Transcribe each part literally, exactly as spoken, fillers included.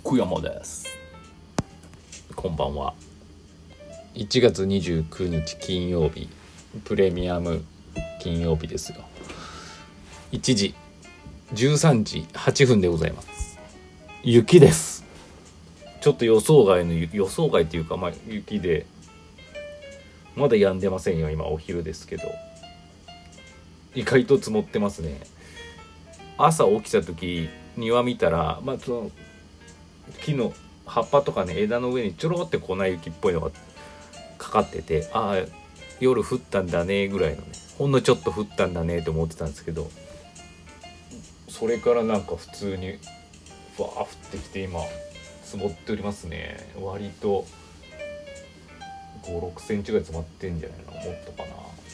福山です。こんばんは。いちがつにじゅうくにち金曜日、プレミアム金曜日ですよ。いちじじゅうさんじはっぷんでございます。雪です。ちょっと予想外の予想外っていうか、まあ雪でまだ止んでませんよ。今お昼ですけど、意外と積もってますね。朝起きた時庭見たら、まあその木の葉っぱとかね、枝の上にちょろって粉雪っぽいのがかかってて、ああ夜降ったんだねぐらいのね、ほんのちょっと降ったんだねと思ってたんですけど、それからなんか普通にふわー降ってきて、今積もっておりますね。割とご、ろくセンチぐらい積もってんじゃないの、もっとかな。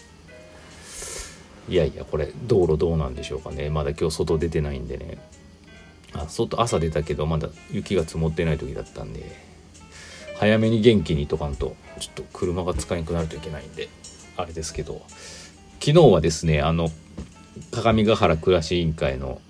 いやいや、これ道路どうなんでしょうかね。まだ今日外出てないんでね。あ、外朝出たけどまだ雪が積もってない時だったんで、早めに元気にとかんとちょっと車が使いにくくなるといけないんであれですけど、昨日はですね、あの鏡ヶ原暮らし委員会の、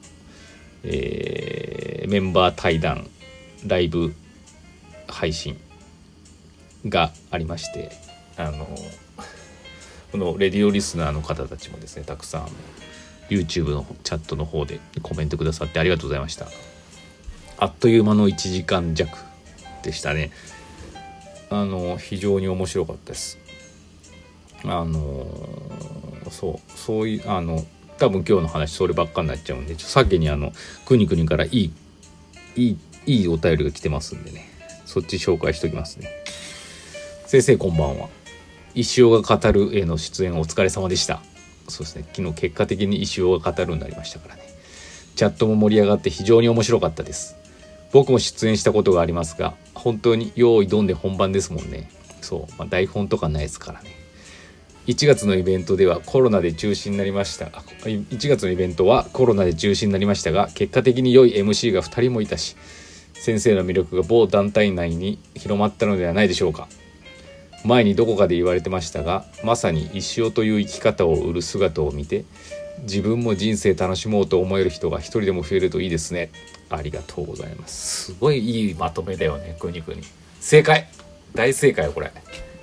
えー、メンバー対談ライブ配信がありまして、あのこのレディオリスナーの方たちもですね、たくさんYouTube のチャットの方でコメントくださってありがとうございました。あっという間のいちじかんじゃくでしたね。あの非常に面白かったです。あのそうそういうあの多分今日の話そればっかになっちゃうんで、ちょ先にあのくにくにからいいいいいいお便りが来てますんでね、そっち紹介しておきますね。先生こんばんは。石尾が語るへの出演お疲れ様でした。そうですね、昨日結果的に石尾が語るになりましたからね。チャットも盛り上がって非常に面白かったです。僕も出演したことがありますが、本当に用意どんで本番ですもんね。そう、まあ、台本とかないですからね。いちがつのイベントではコロナで中止になりましたいちがつのイベントはコロナで中止になりましたが、結果的に良い エムシー がふたりもいたし、先生の魅力が某団体内に広まったのではないでしょうか。前にどこかで言われてましたが、まさに石尾という生き方を売る姿を見て、自分も人生楽しもうと思える人が一人でも増えるといいですね。ありがとうございます。すごいいいまとめだよね、くにくに。正解、大正解よこれ。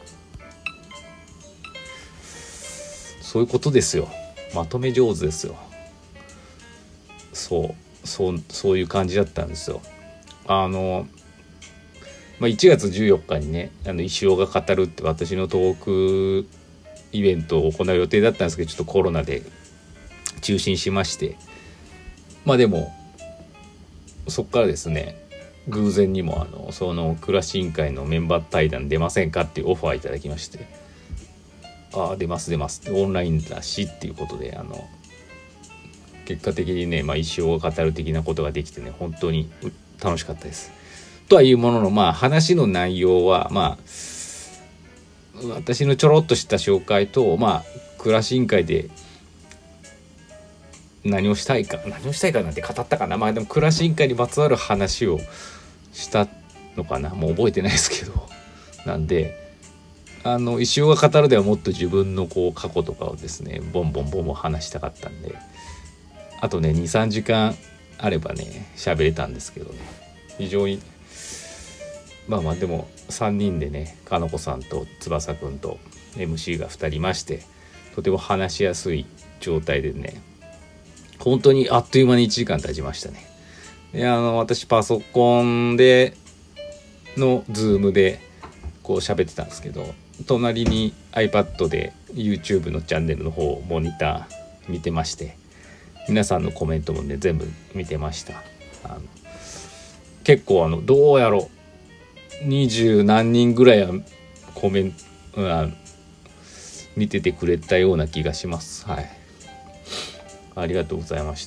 そういうことですよ。まとめ上手ですよ。そうそうそういう感じだったんですよ。あのまあ、いちがつじゅうよっかにね、あの石尾が語るって私のトークイベントを行う予定だったんですけど、ちょっとコロナで中止にしまして、まあでもそっからですね、偶然にもあのその暮らし委員会のメンバー対談出ませんかっていうオファーいただきまして、ああ出ます出ますってオンラインだしっていうことで、あの結果的にね、まあ、石尾が語る的なことができてね、本当に楽しかったです。とはいうものの、まあ話の内容はまあ私のちょろっとした紹介と、まあ暮らし委員会で何をしたいか何をしたいかなんて語ったかな。まあでも暮らし委員会にまつわる話をしたのかな、もう覚えてないですけど、なんであの石尾が語るではもっと自分のこう過去とかをですね、ボンボンボンボン話したかったんで、あとね にさんじかんあればね喋れたんですけどね、非常にまあまあでもさんにんでね、かのこさんと翼くんと エムシー がふたりいまして、とても話しやすい状態でね、本当にあっという間にいちじかん経ちましたね。で、あの私パソコンでのズームでこう喋ってたんですけど、隣に iPad で YouTube のチャンネルの方をモニター見てまして、皆さんのコメントもね全部見てました。あの結構あのどうやろうにじゅうなんにんぐらいはコメント、うん、見ててくれたような気がします。はい、ありがとうございました。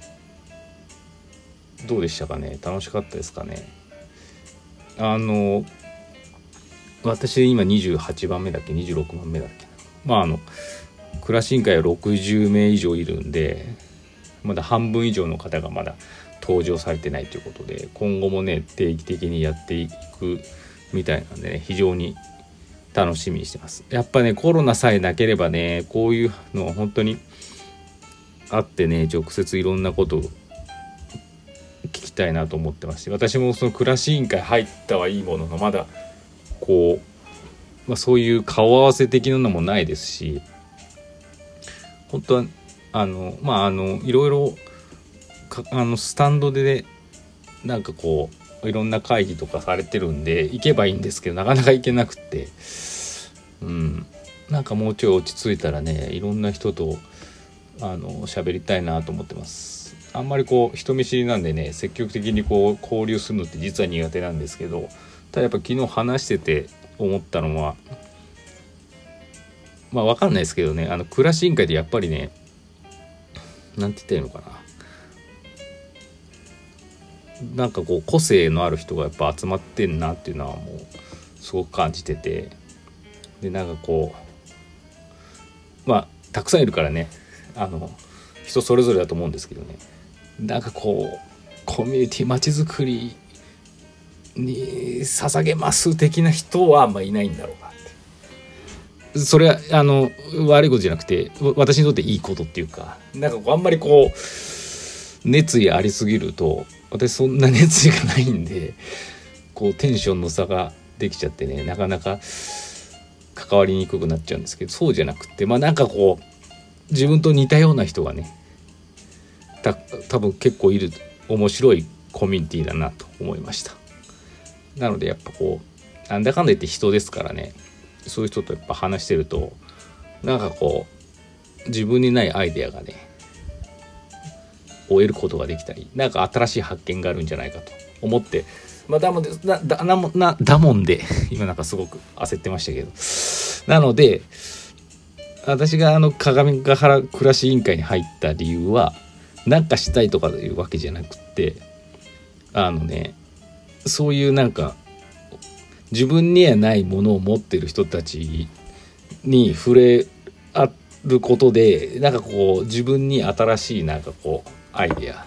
どうでしたかね、楽しかったですかね。あの私今にじゅうはちばんめだっけにじゅうろくばんめだっけ、まああの暮らし委員会はろくじゅうめい以上いるんで、まだ半分以上の方がまだ登場されてないということで、今後もね定期的にやっていくみたいなんでね、非常に楽しみにしてます。やっぱねコロナさえなければね、こういうのは本当にあってね、直接いろんなことを聞きたいなと思ってまして、私もその暮らし委員会入ったはいいもののまだこう、まあ、そういう顔合わせ的なのもないですし、本当はあのまああのいろいろかあのスタンドでなんかこういろんな会議とかされてるんで行けばいいんですけど、なかなか行けなくて、うん、なんかもうちょい落ち着いたらね、いろんな人とあの喋りたいなと思ってます。あんまりこう人見知りなんでね、積極的にこう交流するのって実は苦手なんですけど、ただやっぱ昨日話してて思ったのは、まあ分かんないですけどね、あの暮らし委員会でやっぱりね、なんて言ったらいいのかな、なんかこう個性のある人がやっぱ集まってんなっていうのはもうすごく感じてて、でなんかこうまあたくさんいるからね、あの人それぞれだと思うんですけどね、なんかこうコミュニティまちづくりに捧げます的な人はあんまいないんだろうなって。それはあの悪いことじゃなくて私にとっていいことっていうか、なんかこうあんまりこう熱意ありすぎると、私そんな熱意がないんで、こうテンションの差ができちゃってね、なかなか関わりにくくなっちゃうんですけど、そうじゃなくて、まあなんかこう自分と似たような人がね、た多分結構いる面白いコミュニティだなと思いました。なのでやっぱこうなんだかんだ言って人ですからね、そういう人とやっぱ話してると、なんかこう自分にないアイデアがねを得ることができたり、なんか新しい発見があるんじゃないかと思って、まあだもんでだだなもなだもんで今なんかすごく焦ってましたけど、なので私があの鏡ヶ原暮らし委員会に入った理由はなんかしたいとかいうわけじゃなくて、あのねそういうなんか自分にはないものを持ってる人たちに触れ合ることで、なんかこう自分に新しいなんかこうアイデア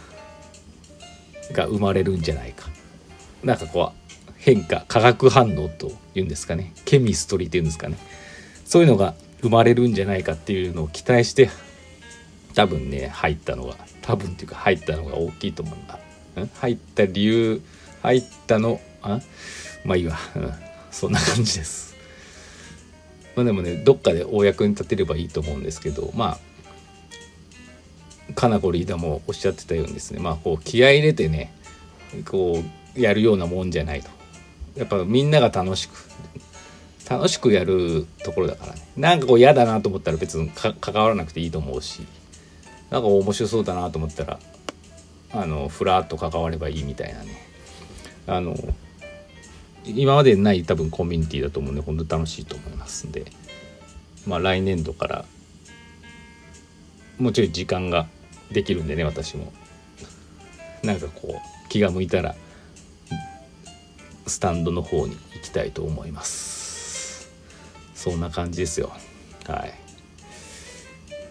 が生まれるんじゃないか、なんかこう変化化学反応というんですかね、ケミストリーっていうんですかね、そういうのが生まれるんじゃないかっていうのを期待して多分ね入ったのが多分っていうか入ったのが大きいと思うんだ。ん入った理由入ったのあまあいいわ、うん、そんな感じです。まあでもねどっかでお役に立てればいいと思うんですけど、まあかなこリーダーもおっしゃってたようにですね、まあこう気合い入れてねこうやるようなもんじゃないと、やっぱみんなが楽しく楽しくやるところだからね、なんかこう嫌だなと思ったら別にか関わらなくていいと思うし、なんか面白そうだなと思ったらあのふらっと関わればいいみたいなね、あの今までにない多分コミュニティだと思うんで本当楽しいと思いますんで、まあ来年度からもうちょい時間ができるんでね、私もなんかこう気が向いたらスタンドの方に行きたいと思います。そんな感じですよ。はい。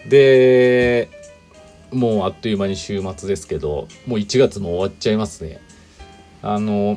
でもうあっという間に週末ですけど、もういちがつも終わっちゃいますね。あの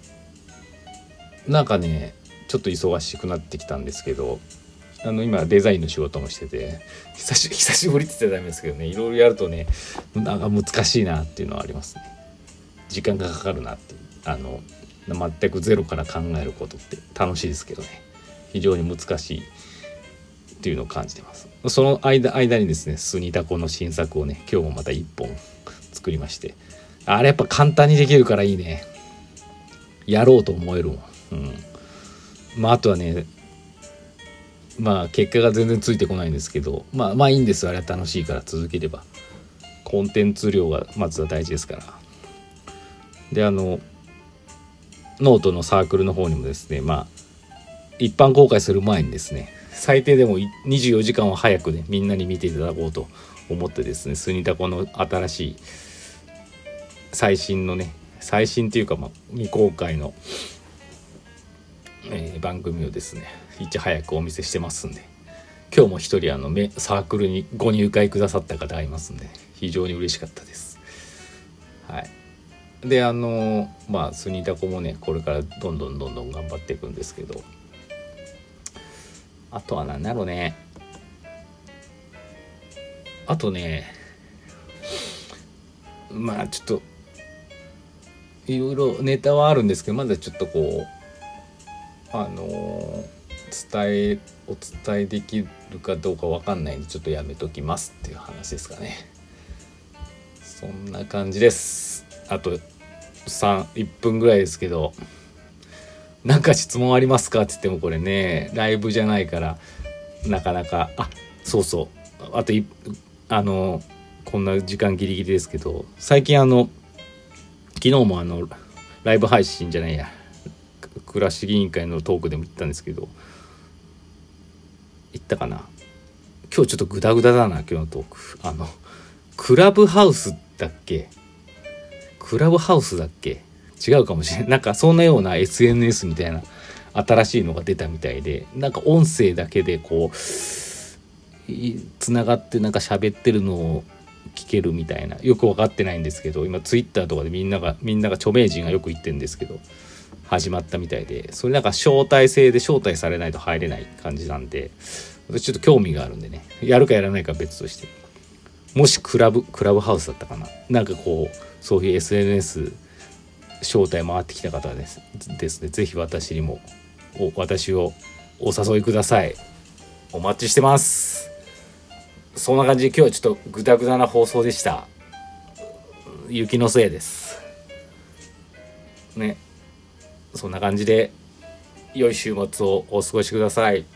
なんかねちょっと忙しくなってきたんですけど、あの今デザインの仕事もしてて、久し久しぶりって言ったらダメですけどね、いろいろやるとねなんか難しいなっていうのはありますね。時間がかかるなっていう、あの全くゼロから考えることって楽しいですけどね、非常に難しいっていうのを感じてます。その間間にですねスニタコの新作をね今日もまたいっぽん作りまして、あれやっぱ簡単にできるからいいね、やろうと思えるもん。うん、まああとはねまあ結果が全然ついてこないんですけど、まあまあいいんです、あれは楽しいから続ければ。コンテンツ量がまずは大事ですから。であのノートのサークルの方にもですね、まあ一般公開する前にですね最低でもにじゅうよじかんは早くねみんなに見ていただこうと思ってですね、スニタコの新しい最新のね最新っていうかまあ未公開の、えー、番組をですねいち早くお見せしてますんで、今日も一人あのサークルにご入会くださった方がいますんで非常に嬉しかったです。はい。であのまあスニタコもねこれからどんどんどんどん頑張っていくんですけど、あとは何だろうね、あとねまあちょっといろいろネタはあるんですけど、まだちょっとこうあの伝えお伝えできるかどうかわかんないんでちょっとやめときますっていう話ですかね。そんな感じです。あとさん、いっぷんぐらいですけど、なんか質問ありますかって言ってもこれねライブじゃないからなかなか。あ、そうそう、あといあのこんな時間ギリギリですけど、最近あの昨日もあのライブ配信じゃないや倉重委員会のトークでも言ったんですけど、言ったかな。今日ちょっとグダグダだな今日のトーク。あのクラブハウスだっけクラブハウスだっけ違うかもしれない。なんかそんなような エスエヌエス みたいな新しいのが出たみたいで、なんか音声だけでこうつながってなんか喋ってるのを聞けるみたいな、よく分かってないんですけど、今ツイッターとかでみんながみんなが著名人がよく言ってるんですけど始まったみたいで、それなんか招待制で招待されないと入れない感じなんで、私ちょっと興味があるんでね、やるかやらないか別として、もしクラブクラブハウスだったかな、なんかこうそういう エスエヌエス 招待回ってきた方はですですね、ぜひ私にもお私をお誘いください。お待ちしてます。そんな感じで今日はちょっとグダグダな放送でした。雪のせいですね。そんな感じで良い週末をお過ごしください。